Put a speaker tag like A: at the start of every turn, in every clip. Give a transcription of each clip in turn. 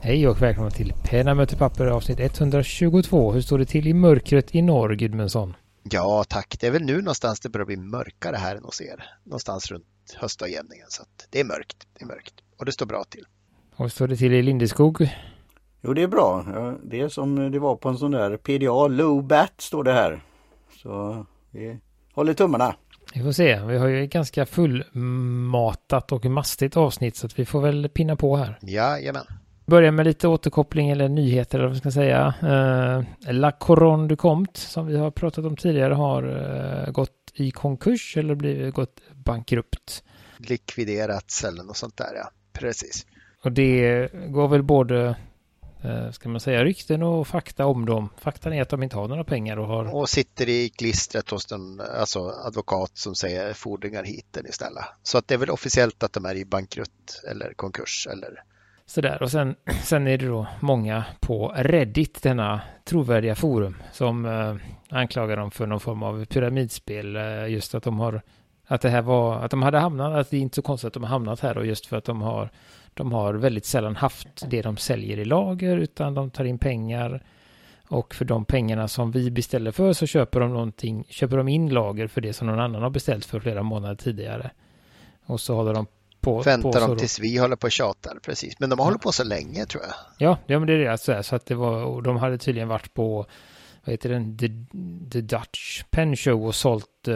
A: Hej och välkomna till Penna möter papper avsnitt 122. Hur står det till i mörkret i norr, Gudmundsson?
B: Ja tack, det är väl nu någonstans det börjar bli mörkare här än hos er. Någonstans runt höstavjämningen, så att det är mörkt. Och det står bra till.
A: Och hur står det till i Lindeskog?
C: Jo, det är bra. Det är som det var på en sån där PDA low bat står det här. Så vi håller tummarna.
A: Vi får se. Vi har ju ett ganska fullmatat och mastigt avsnitt, så att vi får väl pinna på här.
B: Jajamän.
A: Börja med lite återkoppling eller nyheter, eller vad ska jag säga. La Couronne du Comte, som vi har pratat om tidigare, har gått i konkurs eller gått bankrupt.
B: Likviderats eller något sånt där, ja. Precis.
A: Och det går väl både, ska man säga, rykten och fakta om dem. Faktan är att de inte har några pengar
B: och sitter i klistret hos en advokat som säger fordringar hit istället. Så att det är väl officiellt att de är i bankrutt eller konkurs eller
A: sådär. Och sen är det då många på Reddit, denna trovärdiga forum, som anklagar dem för någon form av pyramidspel. Just att att de hade hamnat, att det är inte så konstigt att de har hamnat här, och just för att de har väldigt sällan haft det de säljer i lager, utan de tar in pengar, och för de pengarna som vi beställer för så köper de in lager för det som någon annan har beställt för flera månader tidigare. Och så håller de
B: väntar de tills vi håller på och tjatar, precis. Men de har hållit på så länge, tror jag.
A: Ja, men det är det. Alltså, så att det var, och de hade tydligen varit på, vad heter den, The Dutch Pen Show och sålt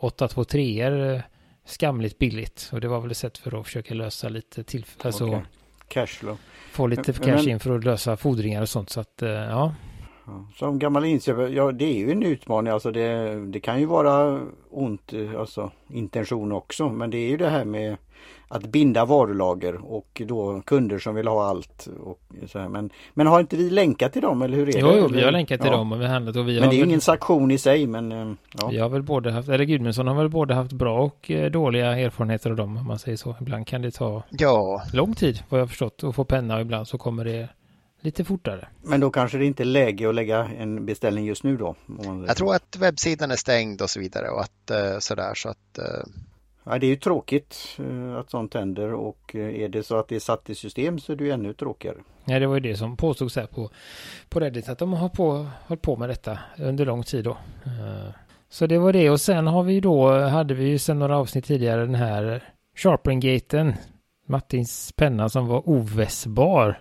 A: 823 skamligt billigt. Och det var väl ett sätt för att försöka lösa lite alltså
C: cashflow.
A: Få lite cash in för att lösa fordringar och sånt. Så att, ja.
C: Som gammal inköpare, ja, det är ju en utmaning. Alltså det kan ju vara ont, alltså intention också. Men det är ju det här med att binda varulager och då kunder som vill ha allt och så här. Men har inte vi länkat till dem, eller hur är det?
A: Jo, vi har länkat till dem och vi handlat, och vi
C: men det är ju ingen sanktion i sig, men ja.
A: Vi har väl både haft, eller Gudmundsson har väl både haft bra och dåliga erfarenheter av dem, om man säger så. Ibland kan det ta lång tid, vad jag har förstått, att få penna, och ibland så kommer det lite fortare. Men
C: då kanske det inte är läge att lägga en beställning just nu då?
B: Jag tror att webbsidan är stängd och så vidare, och att sådär, så att
C: ja, det är ju tråkigt att sånt händer, och är det så att det är satt i system så är det ju ännu tråkigare.
A: Ja, det var ju det som påstods här på Reddit, att de har hållit på med detta under lång tid då. Så det var det, och sen hade vi ju sen några avsnitt tidigare den här Sharpen-gaten, Martins penna som var ovässbar.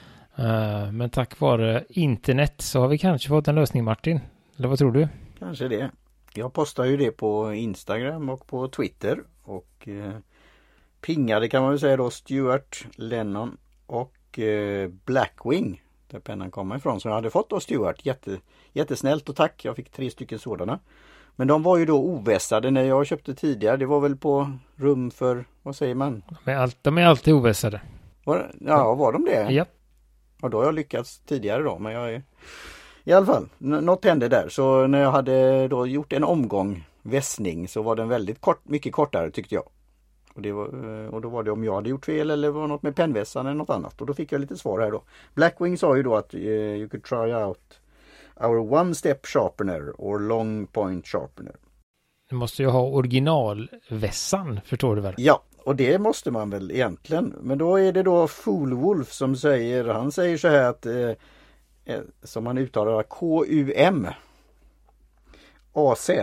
A: Men tack vare internet så har vi kanske fått en lösning, Martin. Eller vad tror du?
C: Kanske det. Jag postar ju det på Instagram och på Twitter, och pingade, kan man väl säga då, Stuart Lennon och Blackwing, där pennan kommer ifrån. Så jag hade fått då Stuart, jättesnällt, och tack, jag fick 3 stycken sådana. Men de var ju då ovässade när jag köpte tidigare. Det var väl på rum för, vad säger man?
A: De är alltid ovässade.
C: Var de det?
A: Ja.
C: Och då har jag lyckats tidigare då, men jag är i alla fall, något hände där. Så när jag hade då gjort en omgång vässning så var den väldigt mycket kortare, tyckte jag. Och då var det om jag hade gjort fel eller var något med pennvässan eller något annat. Och då fick jag lite svar här då. Blackwing sa ju då att you could try out our one-step sharpener or long point sharpener.
A: Du måste ju ha originalvässan, förstår du väl?
C: Ja, och det måste man väl egentligen. Men då är det då Foolwolf som han säger så här att som man uttalar KUM AZ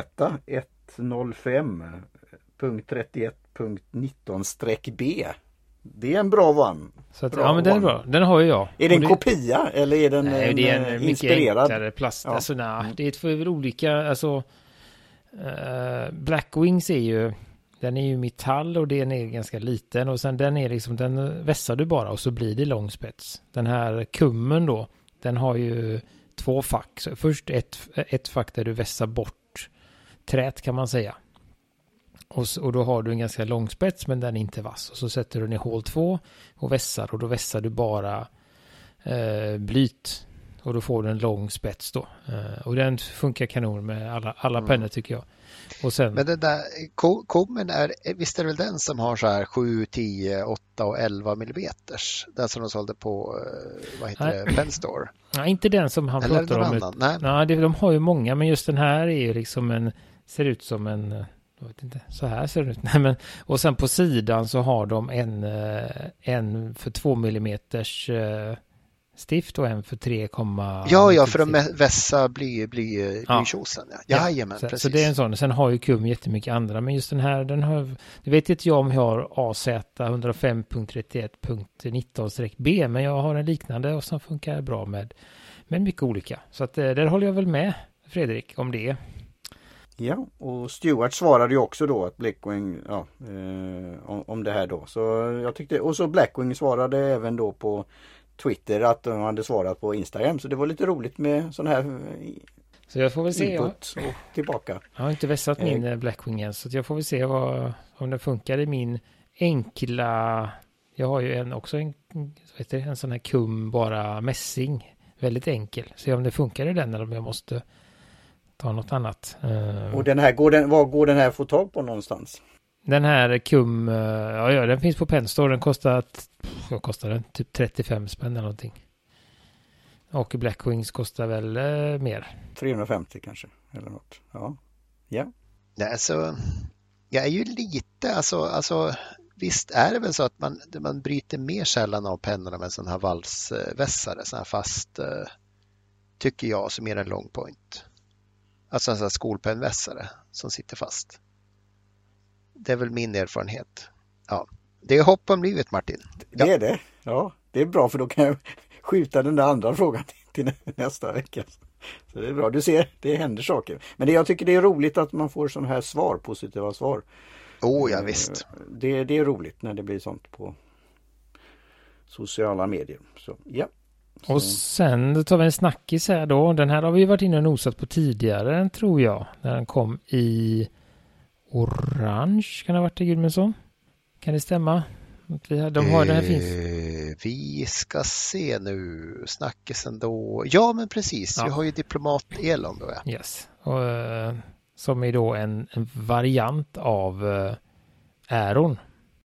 C: 105.31.19-B. Det är en bra van.
A: Så att, ja, men den är bra. Den har ju jag.
C: Är det en kopia eller är den
A: det är en
C: inspirerad?
A: Mycket enklare plast. Ja. Alltså, det är för olika, alltså Blackwings den är ju metall, och den är ganska liten, och sen den vässar du bara och så blir det lång spets. Den här kummen då, den har ju 2 fack. Så först ett fack där du vässar bort trät, kan man säga. Och då har du en ganska lång spets, men den är inte vass. Och så sätter du den i hål 2 och vässar, och då vässar du bara blyt. Och då får du en lång spets då. Och den funkar kanon med alla pennor, tycker jag. Och sen,
B: men den där kommen visst är det väl den som har så här 7, 10, 8 och 11 millimeters? Den som de sålde på, vad heter det, Pen Store?
A: Nej, inte den som han
B: eller
A: pratar om. Nej, de har ju många, men just den här är ju liksom ser ut som en, jag vet inte, så här ser den ut. Nej, men, och sen på sidan så har de en för 2 millimeters stift och en för 3,
B: Ja, för att vässa blytjosen. Jajamän, precis.
A: Så det är en sån. Sen har ju KUM jättemycket andra, men just den här, det vet inte jag om jag har AZ 105.31.19-B, men jag har en liknande och som funkar bra med mycket olika. Så att där håller jag väl med Fredrik om det.
C: Ja, och Stuart svarade ju också då att Blackwing, om det här då. Så jag tyckte, och så Blackwing svarade även då på Twitter att de hade svarat på Instagram. Så det var lite roligt med sån här
A: så jag får väl se
C: och tillbaka.
A: Jag har inte vässat min Blackwing än, så jag får väl se om det funkar i min enkla. Jag har ju en sån här KUM bara mässing. Väldigt enkel. Se om det funkar i den eller om jag måste ta något annat.
C: Och den här, var går den här att få tag på någonstans?
A: Den här KUM, den finns på Penstore. Den kostar den? Typ 35 spänn eller någonting. Och Blackwings kostar väl mer.
C: 350 kanske, eller något. Ja.
B: Nej, alltså, jag är ju lite, alltså visst är det väl så att man bryter mer sällan av pennorna med en sån här valsvässare, sån här fast, tycker jag, som mer en long point. Alltså en sån här skolpennvässare som sitter fast. Det är väl min erfarenhet. Ja, det är hopp om livet, Martin.
C: Det är det. Ja, det är bra, för då kan jag skjuta den där andra frågan till nästa vecka. Så det är bra. Du ser, det händer saker. Men jag tycker det är roligt att man får sådana här positiva svar.
B: Ja, visst.
C: Det är roligt när det blir sånt på sociala medier. Så, ja.
A: Och sen tar vi en snackis här då. Den här har vi varit inne och nosat på tidigare, tror jag. När den kom i orange, kan det ha varit i Gudmundsson? Kan det stämma?
B: Vi ska se nu, snackisen då. Ja, men precis. Vi har ju Diplomat Elon då. Ja.
A: Yes. Och, som är då en variant av Aeron.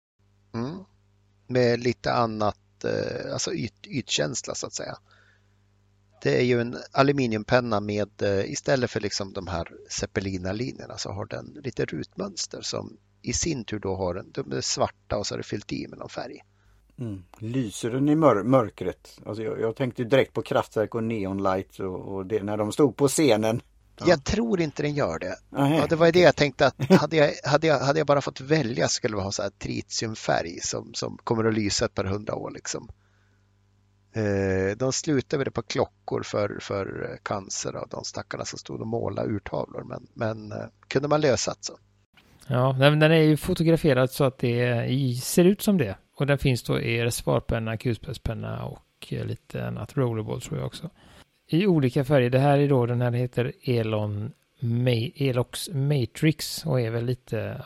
B: Med lite annat, alltså ytkänsla så att säga. Det är ju en aluminiumpenna med, istället för liksom de här Zeppelina-linjerna, så har den lite rutmönster som i sin tur då de är svarta och så är det fyllt i med någon färg.
C: Lyser den i mörkret? Alltså jag tänkte direkt på Kraftwerk och Neon Light och det, när de stod på scenen. Ja.
B: Jag tror inte den gör det. Ja, det var ju det jag tänkte, att hade jag bara fått välja så skulle vi ha så här tritiumfärg som kommer att lysa ett par 100 år liksom. De slutade det på klockor för cancer av de stackarna som stod och målade urtavlor, men kunde man lösa det så?
A: Ja, den är ju fotograferad så att det ser ut som det. Och den finns då i reservoarpenna, kulspetspenna och lite annat rollerball, tror jag också. I olika färger. Det här är då, den här heter Elox Matrix och är väl lite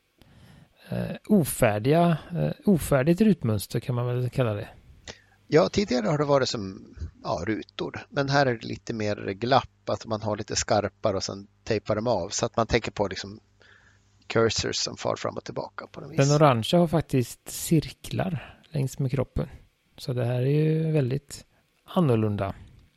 A: ofärdigt rutmönster, kan man väl kalla det.
B: Ja, tidigare har det varit som rutor, men här är det lite mer glapp, att man har lite skarpare och sen tejpar dem av, så att man tänker på liksom cursors som far fram och tillbaka på något vis.
A: Den orangea har faktiskt cirklar längs med kroppen, så det här är ju väldigt annorlunda.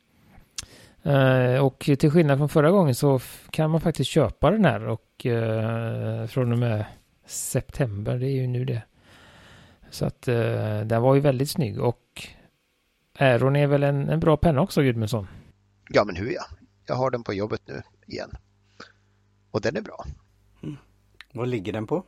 A: Och till skillnad från förra gången så kan man faktiskt köpa den här, och från och med september, det är ju nu det. Så att den var ju väldigt snygg, och Aeron är väl en bra penna också, Gudmundsson?
B: Ja, men hur jag har den på jobbet nu igen. Och den är bra.
C: Vad ligger den på?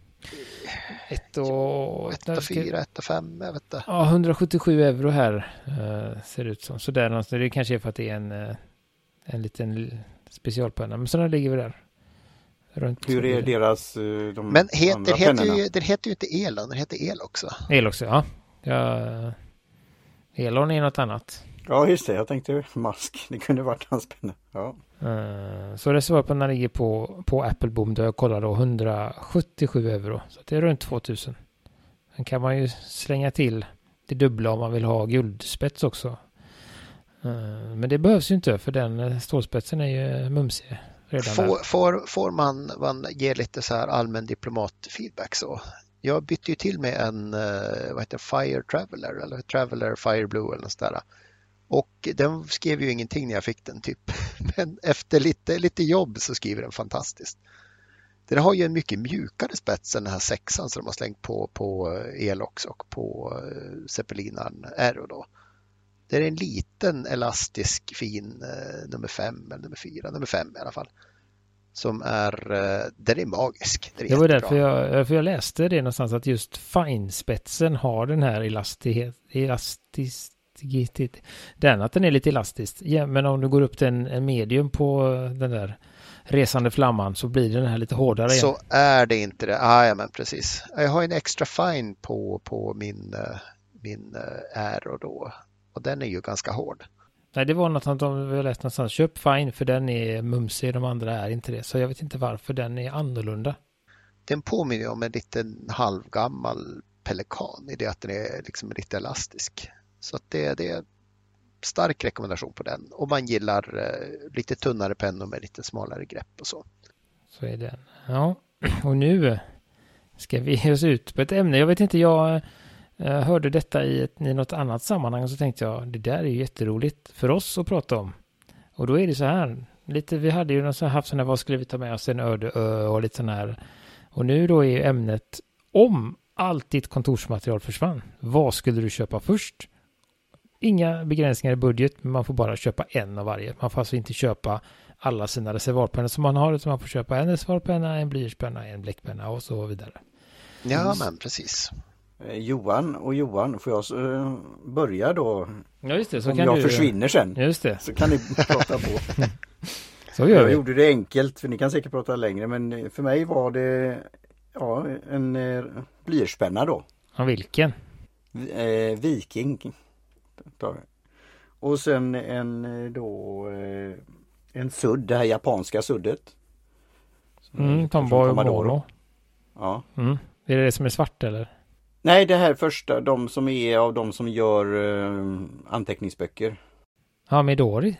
B: 1,4, 1,5, jag vet inte.
A: Ja, 177 euro här ser det ut som. Så där någonstans. Det kanske är för att det är en liten specialpenna. Men sådana ligger vi där.
C: Hur är deras
B: men den heter ju inte Elon, den heter El också.
A: El också, ja. Elon är något annat.
C: Ja, just det. Jag tänkte mask. Det kunde varit hans penna. Ja.
A: Så reservoarpennan ligger på Appleboom, där jag kollar då 177 euro. Så det är runt 2000. Sen kan man ju slänga till det dubbla om man vill ha guldspets också. Men det behövs ju inte, för den stålspetsen är ju mumsig.
B: Får man ge lite så här allmän diplomatfeedback så? Jag bytte ju till med en Fire Traveler eller Traveler Fire Blue eller något sådär. Och den skrev ju ingenting när jag fick den typ. Men efter lite jobb så skriver den fantastiskt. Den har ju en mycket mjukare spets än den här 6an som de har slängt på Elox och på Zeppelinan Aero då. Det är en liten elastisk fin nummer 5 eller nummer 4, nummer 5 i alla fall. Som den är magisk.
A: Det var därför jag läste det någonstans att just finespetsen har den här elasticitet. Att den är lite elastisk. Ja, men om du går upp till en medium på den där resande flamman så blir den här lite hårdare.
B: Så igen. Är det inte det? Ja, men precis. Jag har en extra fine på min Aero då. Och den är ju ganska hård.
A: Nej, det var något att vi läst någonstans. Köp fine för den är mumsig, de andra är inte det. Så jag vet inte varför den är annorlunda.
B: Den påminner om en liten halvgammal pelikan i det att den är liksom lite elastisk. Så att det är stark rekommendation på den. Om man gillar lite tunnare pennor med lite smalare grepp och så.
A: Så är den. Ja, och nu ska vi ge oss ut på ett ämne. Jag vet inte, jag hörde detta i något annat sammanhang och så tänkte jag, det där är ju jätteroligt för oss att prata om. Och då är det så här, lite, vi hade ju haft sådana här, vad skulle vi ta med oss, en öde och lite sån här. Och nu då är ämnet, om allt ditt kontorsmaterial försvann, vad skulle du köpa först? Inga begränsningar i budget, men man får bara köpa en av varje. Man får alltså inte köpa alla sina reservoarpennor som man har, utan man får köpa en reservoarpenna, en blyertspenna, en bläckpenna och så vidare.
B: Ja, men precis.
C: Johan, får jag börja då?
A: Ja, just det. Så
C: om
A: kan
C: jag försvinner sen.
A: Just det.
C: Så kan ni prata på.
A: Så gör vi.
C: Jag gjorde det enkelt, för ni kan säkert prata längre, men för mig var det en blyertspenna då.
A: Ja, vilken?
C: Viking. Och sen en sudd, det här japanska suddet.
A: Tomboy Mono.
C: Ja.
A: Är det som är svart eller?
C: Nej, det här första, de som är av de som gör anteckningsböcker.
A: Ja, Midori.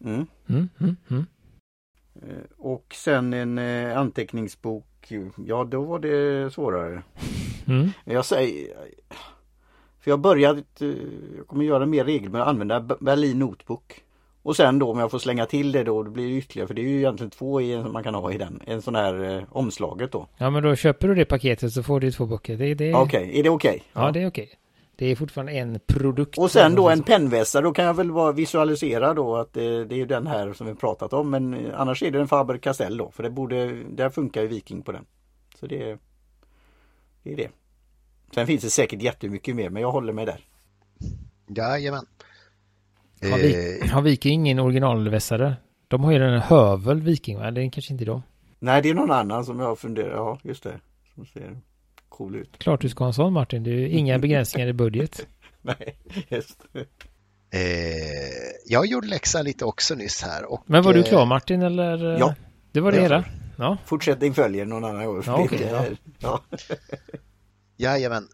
C: Och sen en anteckningsbok. Ja, då var det svårare. Jag säger, för jag kommer göra mer regelbundet att använda Berlin Notebook. Och sen då om jag får slänga till det då blir det ytterligare, för det är ju egentligen 2 som man kan ha i den. En sån här omslaget då.
A: Ja, men då köper du det paketet så får du 2 böcker.
C: Okej, är det okej?
A: Ja, det är okej. Det är fortfarande en produkt.
C: Och sen då en pennvässa, då kan jag väl visualisera då att det är den här som vi pratat om. Men annars är det en Faber-Castell då, för där funkar ju Viking på den. Så det är det. Sen finns det säkert jättemycket mer, men jag håller mig där.
B: Jajamän.
A: Har Viking ingen originalvässare? De har ju den Hövel Viking, va? Det är kanske inte de.
C: Nej, det är någon annan som jag funderar. Ja, just det. Som ser cool ut.
A: Klart du ska ha en sån, Martin. Det är ju inga begränsningar i budget.
C: Nej, just det.
B: Jag gjorde läxa lite också nyss här.
A: Men var du klar, Martin? Eller?
C: Ja.
A: Det var det hela? Ja.
C: Fortsättning följer någon annan gång.
A: Ja, okay,
C: ja.
B: Jajamän.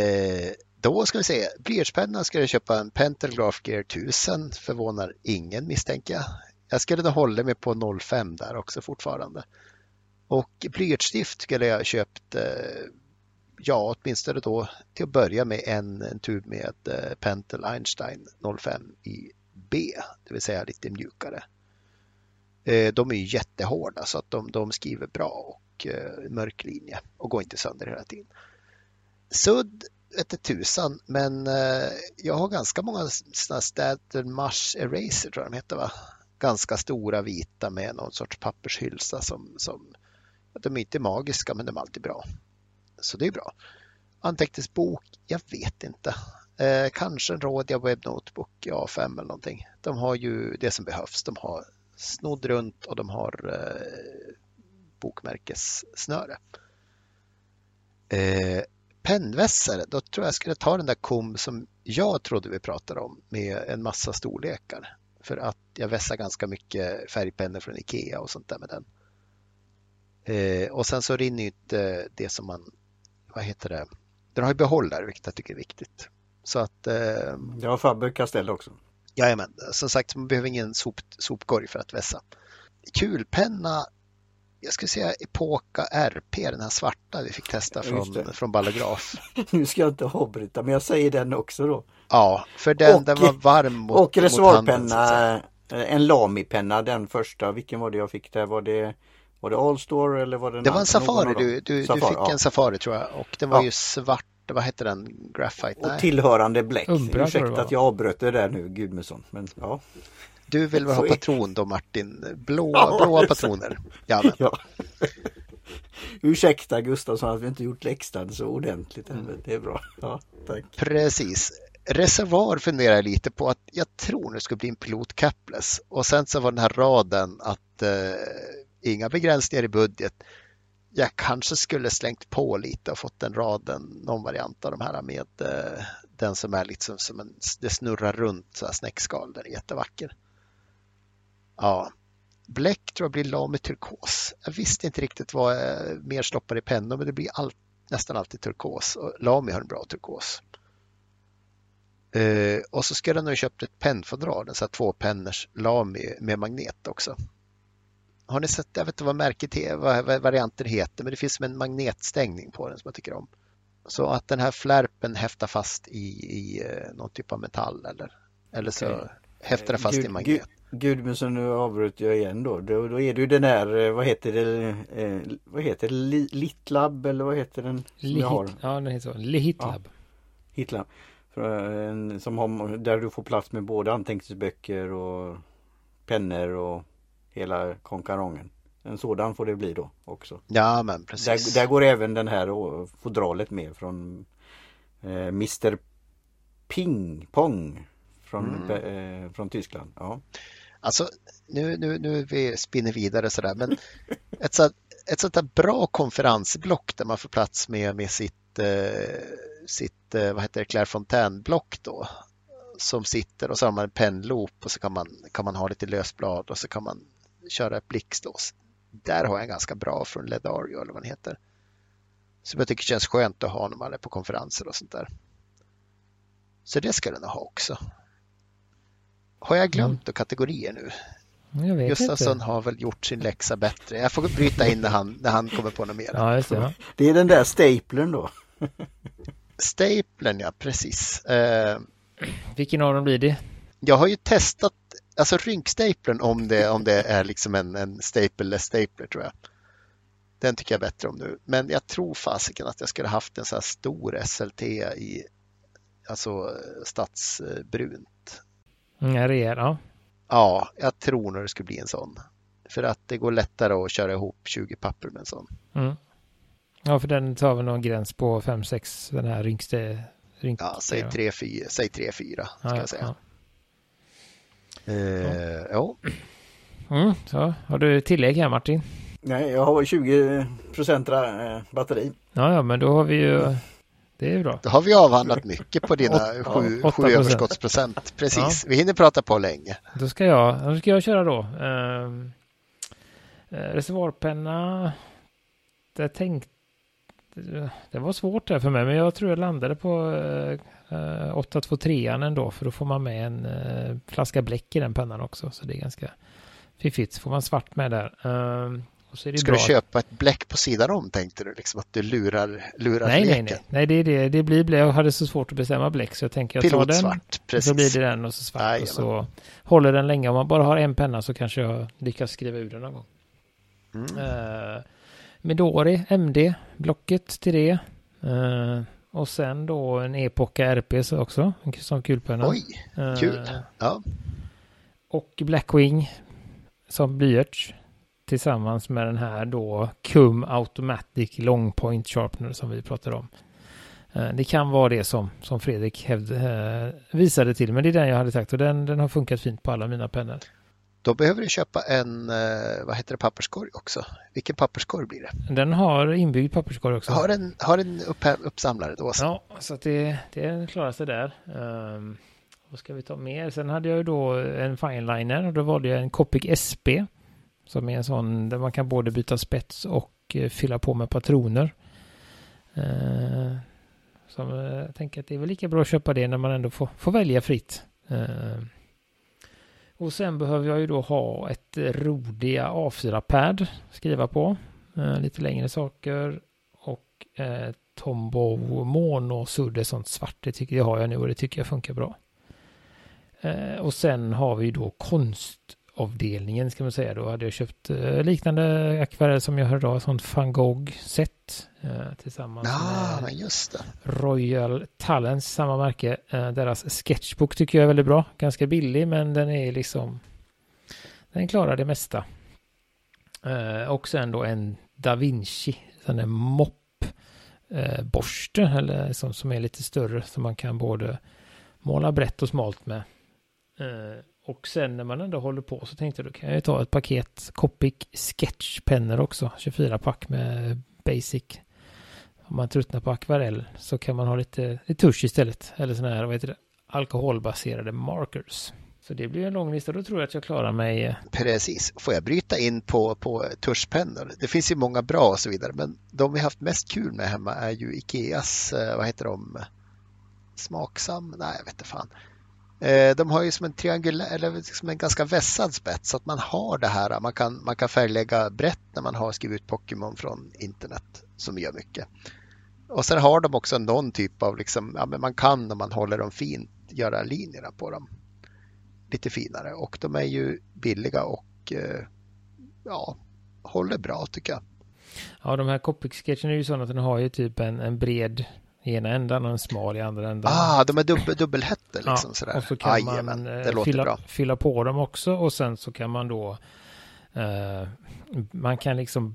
B: Då ska vi se. Blyertspenna ska jag köpa en Pentel Graph Gear 1000. Förvånar ingen, misstänker jag. Jag skulle då hålla mig på 05 där också fortfarande. Och blyertsstift skulle jag köpt, åtminstone då till att börja med en tub med Pentel Einstein 05 i B, det vill säga lite mjukare. De är ju jättehårda så att de skriver bra och mörk linje och går inte sönder hela tiden. Sudd vet 1000, men jag har ganska många sådana Staedtler Mars Eraser tror jag de heter, va? Ganska stora vita med någon sorts pappershylsa som de är inte magiska, men de är alltid bra. Så det är bra. Anteckningsbok, jag vet inte. Kanske en Rhodia Web Notebook i A5 eller någonting. De har ju det som behövs. De har snodd runt och de har bokmärkessnöre. Pennvässare, då tror jag skulle ta den där kom som jag trodde vi pratade om med en massa storlekar. För att jag vässar ganska mycket färgpennor från Ikea och sånt där med den. Och sen så rinner ju inte det som man, vad heter det? Den har ju behållare, vilket jag tycker är viktigt. Så att...
C: Det har Faber-Castell också.
B: Jajamän, som sagt man behöver ingen sopkorg för att vässa. Kulpenna, jag skulle säga Epoca RP, den här svarta vi fick testa från Ballograf.
C: Nu ska jag inte avbryta, men jag säger den också då.
B: Ja, för den var varm mot,
C: och reservoarpenna, en Lamy-penna, den första. Vilken var det jag fick där? Var det Allstore eller var det?
B: Det var en Safari, du fick en Safari tror jag. Och den var ju svart vad heter den? Graphite?
C: Och
B: Nej.
C: tillhörande bläck.
A: Umbra,
C: Ursäkta att jag avbröt det där nu, Gudmundsson. Men ja.
B: Du vill väl
C: Så
B: ha
C: är-
B: patron då, Martin? Blåa patroner. Ja, men.
C: Ja. Ursäkta Gustafsson att vi inte gjort läxan så ordentligt. Men det är bra. Ja, tack.
B: Precis. Reservoar funderar jag lite på att jag tror det ska bli en pilot capless. Och sen så var den här raden att inga begränsningar i budget. Jag kanske skulle slängt på lite och fått den raden, någon variant av de här med den som är lite som en, det snurrar runt så här snäckskal, den är jättevacker. Ja, bläck tror jag blir Lamy turkos. Jag visste inte riktigt vad mer stoppar i pennor, men det blir nästan alltid turkos och Lamy har en bra turkos. Och så skulle jag nog köpt ett pennfodral, en sån här 2-pennors Lamy med magnet också. Har ni sett, jag vet inte vad märket är, vad varianten heter, men det finns som en magnetstängning på den som jag tycker om. Så att den här flärpen häftar fast i någon typ av metall eller så häftar den fast i magnet.
C: Gudmundsson, nu avbröt jag igen då. Då är det ju den här, vad heter det, Litlab eller vad heter den?
A: Ja, den heter så. Lihitlab.
C: Hitlab. Som har, där du får plats med både anteckningsböcker och pennor och hela konkarongen. En sådan får det bli då också.
B: Ja, men precis.
C: Där går även den här fodralet med från Mr. Ping Pong från Tyskland. Ja.
B: Alltså, nu vi spinner vidare sådär, men ett sånt där bra konferensblock där man får plats med sitt vad heter det, Clairefontaine-block då, som sitter, och så har man en pennloop och så kan man ha lite lösblad och så kan man köra ett blixtlås. Där har jag en ganska bra från Ledario eller vad den heter. Så jag tycker det känns skönt att ha när man är på konferenser och sånt där. Så det ska den ha också. Har jag glömt kategorier nu?
A: Jag vet
B: Gustafsson
A: inte.
B: har väl gjort sin läxa bättre. Jag får bryta in när han kommer på något mer.
A: Ja, just det. Ja.
C: Det är den där staplern då.
B: Staplern, ja, precis.
A: Vilken av dem blir det?
B: Jag har ju testat, alltså rynkstaplern om det är liksom en stapleless stapler tror jag. Den tycker jag bättre om nu. Men jag tror fasiken att jag skulle haft en så här stor SLT i alltså stadsbrunt.
A: Rejäl, ja.
B: Ja, jag tror nog det skulle bli en sån. För att det går lättare att köra ihop 20 papper med en sån.
A: Mm. Ja, för den tar väl någon gräns på 5-6, den här
B: Ja, säg 3-4 ska jag säga. Ja.
A: Så, har du tillägg här, Martin?
C: Nej, jag har 20% batteri.
A: Ja, men då har vi ju... Det är bra.
B: Då har vi avhandlat mycket på dina 7
A: 8%.
B: överskottsprocent. Precis, vi hinner prata på länge.
A: Då ska jag köra då. Reservoarpenna. Det var svårt där för mig, men jag tror jag landade på 823 ändå, för då får man med en flaska bläck i den pennan också, så det är ganska fiffigt. Så får man svart med där. Och så är det
B: Ska
A: bra.
B: du köpa ett bläck på sidan om, tänkte du? Liksom att du lurar leken?
A: Nej, det är det. Det blir bläck. Jag hade så svårt att bestämma bläck, så jag tänker jag tar den.
B: Pilotsvart, precis.
A: Så blir det den och så svart.
B: Jajamän.
A: Och så håller den länge. Om man bara har en penna så kanske jag lyckas skriva ur den någon gång. Midori, MD, blocket till det. Och sen då en Epoca RP också, som kulpenna.
B: Oj, kul. Ja.
A: Och Blackwing som blyerts. Tillsammans med den här då Cum Automatic Long Point Sharpener som vi pratade om. Det kan vara det som Fredrik visade till, men det är den jag hade sagt, och den har funkat fint på alla mina pennor.
B: Då behöver du köpa en, papperskorg också. Vilken papperskorg blir det?
A: Den har inbyggd papperskorg också.
B: Har en uppsamlare då?
A: Ja, så att det klarar sig där. Vad ska vi ta mer? Sen hade jag ju då en fineliner, och då valde jag en Copic SP. Som är en sån där man kan både byta spets och fylla på med patroner. Som jag tänker att det är väl lika bra att köpa det när man ändå får välja fritt. Och sen behöver jag ju då ha ett Rhodia A4-pad skriva på. Lite längre saker. Och Tombow Mono Sudde, sånt svart. Det har jag nu och det tycker jag funkar bra. Och sen har vi då konstavdelningen ska man säga. Då hade jag köpt liknande akvarell som jag har idag, sånt van Gogh-set tillsammans med
B: just det.
A: Royal Talents, samma märke. Deras sketchbook tycker jag är väldigt bra. Ganska billig, men den är liksom, den klarar det mesta. Och sen då en Da Vinci, sån där moppborste eller som är lite större, som man kan både måla brett och smalt med. Och sen när man ändå håller på så tänkte jag, då kan jag ta ett paket Copic sketchpennor också, 24 pack med basic. Om man tröttnar på akvarell så kan man ha lite tusch istället, eller såna här, vad heter det, alkoholbaserade markers. Så det blir en lång lista, då tror jag att jag klarar mig.
B: Precis. Får jag bryta in på tuschpennor? Det finns ju många bra och så vidare, men de vi haft mest kul med hemma är ju Ikeas, vad heter de? Smaksam? Nej, jag vet inte fan. De har ju som en triangulär, eller som en ganska vässad spets, så att man har det här, man kan färglägga brett när man har skrivit ut Pokémon från internet, som gör mycket. Och sen har de också någon typ av liksom, men man kan, när man håller dem fint, göra linjerna på dem lite finare, och de är ju billiga och håller bra tycker jag.
A: Ja, de här Copic-sketchen är ju sådana att den har ju typ en bred i ena ändan och en smal i andra ändan.
B: De är dubbelhätter liksom,
A: ja,
B: sådär.
A: Och så kan man fylla på dem också, och sen så kan man då man kan liksom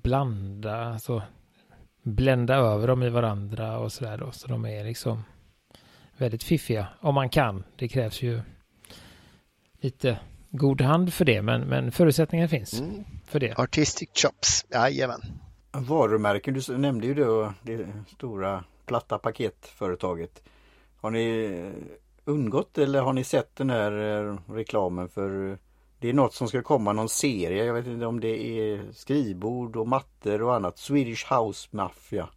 A: blända över dem i varandra och sådär då, så de är liksom väldigt fiffiga om man kan. Det krävs ju lite god hand för det, men förutsättningar finns för det.
B: Artistic chops, jajamän.
C: Varumärken, du nämnde ju det stora platta paketföretaget. Har ni undgått eller har ni sett den här reklamen för, det är något som ska komma, någon serie, jag vet inte om det är skrivbord och mattor och annat, Swedish House Mafia.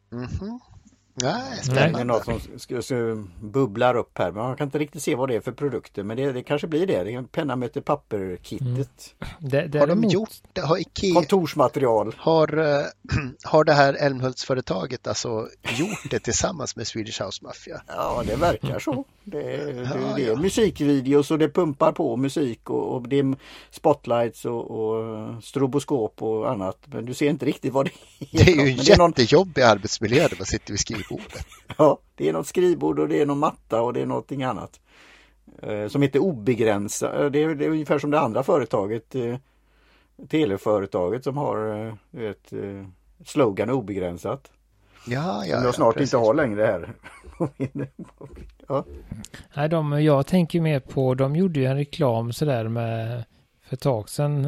B: Nej,
C: det är något som bubblar upp här, men man kan inte riktigt se vad det är för produkter, men det kanske blir det. Det är en penna möter papper-kittet.
B: Har de gjort det? Har Ikea,
C: kontorsmaterial.
B: Har det här Älmhultsföretaget alltså gjort det tillsammans med Swedish House Mafia?
C: Ja, det verkar så. Det är musikvideos och det pumpar på musik och det är spotlights och stroboskop och annat. Men du ser inte riktigt vad det är.
B: Det är ju en jättejobbig arbetsmiljö där man sitter vid skrivbordet.
C: Ja, det är något skrivbord och det är någon matta och det är någonting annat. Som heter Obegränsat. Det är ungefär som det andra företaget, teleföretaget, som har ett slogan Obegränsat.
B: Ja,
C: som jag snart inte har längre här. Ja.
A: Nej, jag tänker mer på, de gjorde ju en reklam sådär för ett tag sedan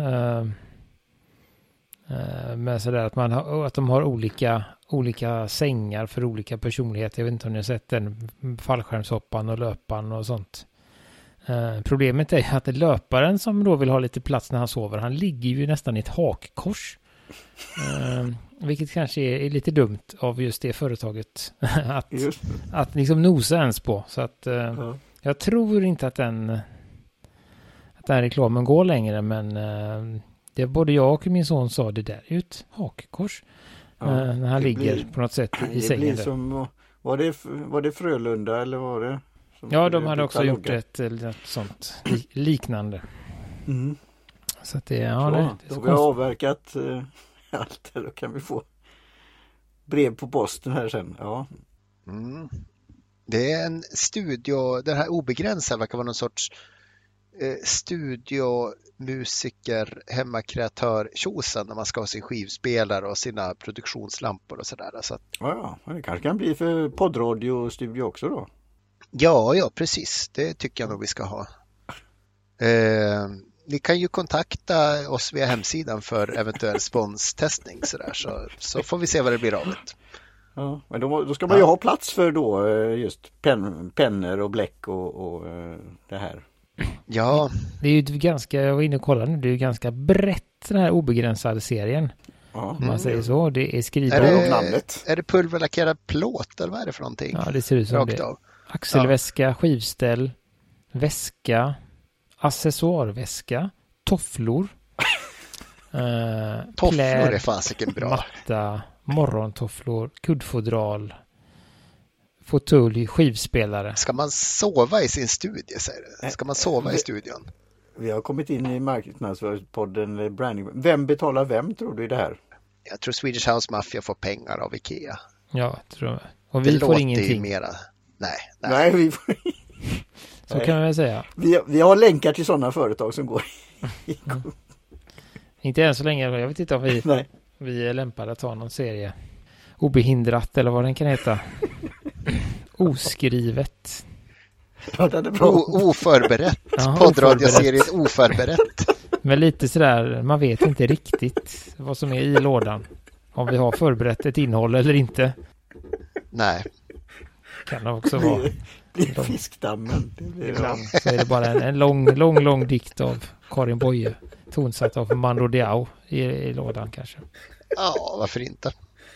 A: med sådär att de har olika sängar för olika personligheter. Jag vet inte om ni har sett den, fallskärmshoppan och löpan och sånt. Problemet är att löparen som då vill ha lite plats när han sover, han ligger ju nästan i ett hakkors. Vilket kanske är lite dumt av just det företaget att liksom nosa ens på. Så att jag tror inte att den reklamen går längre, men det både jag och min son sa, det där är ju ett hakkors. När han ligger på något sätt i sängen.
C: Blir som, var det Frölunda eller var det?
A: Ja, de hade också gjort ett sånt liknande. Så att det är
C: då har vi avverkat allt, då kan vi få brev på posten här sen. Ja.
B: Det är en studio, den här Obegränsad verkar vara någon sorts studiomusiker, hemmakreatör tjosan när man ska ha sin skivspelare och sina produktionslampor och sådär. Så att,
C: ja, det kanske kan bli för poddradiostudio också då.
B: Ja, precis. Det tycker jag nog vi ska ha. Ni kan ju kontakta oss via hemsidan för eventuell sponstestning så får vi se vad det blir av det.
C: Ja, men då ska man ju ha plats för då just pennor och bläck och det här.
B: Ja.
A: Det är ju ganska, jag var inne och kollade nu, det är ju ganska brett den här obegränsade serien.
C: Ja.
A: Om man säger så, det är skrivbord.
B: Är det pulverlackerad plåt eller vad är det för någonting?
A: Ja, det ser ut som
B: rakt
A: det.
B: Av.
A: Axelväska, skivställ, väska, accessoarväska, tofflor.
B: Tofflor är fasiken bra.
A: Matta, morgontofflor, kuddfodral, fåtölj, skivspelare.
B: Ska man sova i sin studie, säger du? Ska man sova i studion?
C: Vi har kommit in i marknadsföringspodden Branding. Vem betalar vem tror du i det här?
B: Jag tror Swedish House Mafia får pengar av Ikea.
A: Ja, tror jag. Och vi får ingenting.
B: Mera.
C: Nej, vi får...
A: Så kan man väl säga.
C: Vi har länkar till sådana företag som går
A: Inte än så länge. Jag vet inte om vi är lämpade att ta någon serie. Obehindrat eller vad den kan heta. Oskrivet.
C: Ja, det är bra.
B: Oförberett. Poddradioserien Oförberett.
A: Men lite sådär, man vet inte riktigt vad som är i lådan. Om vi har förberett ett innehåll eller inte.
B: Nej.
A: Kan det också vara.
C: Blir fiskdammen.
A: Så är det bara en lång dikt av Karin Boye. Tonsatt av Mando Diao i lådan kanske.
B: Ja, varför inte?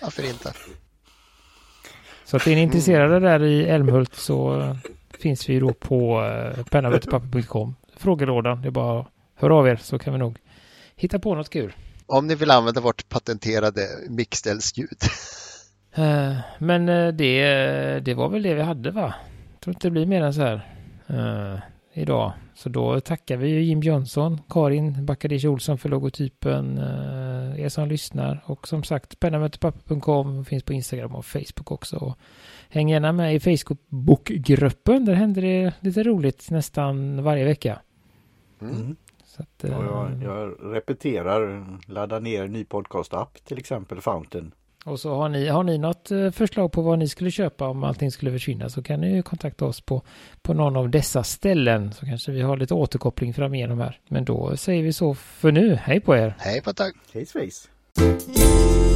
A: Så att är ni intresserade där i Älmhult så finns vi då på pennavettepapper.com. Frågelådan, det är bara att höra av er så kan vi nog hitta på något kul.
B: Om ni vill använda vårt patenterade mixställsljud.
A: Men det var väl det vi hade, va? Jag tror inte det blir mer än så här idag. Så då tackar vi Jim Jönsson, Karin Backadish Olsson för logotypen, er som lyssnar. Och som sagt, pennavettepapper.com finns på Instagram och Facebook också. Och häng gärna med i Facebook-gruppen. Där händer det lite roligt nästan varje vecka. Så att,
C: jag repeterar, ladda ner ny podcast-app, till exempel Fountain.
A: Och så har ni något förslag på vad ni skulle köpa om allting skulle försvinna så kan ni kontakta oss på någon av dessa ställen så kanske vi har lite återkoppling fram igenom här. Men då säger vi så för nu. Hej på er!
B: Hej på tack!
C: Hej svejs!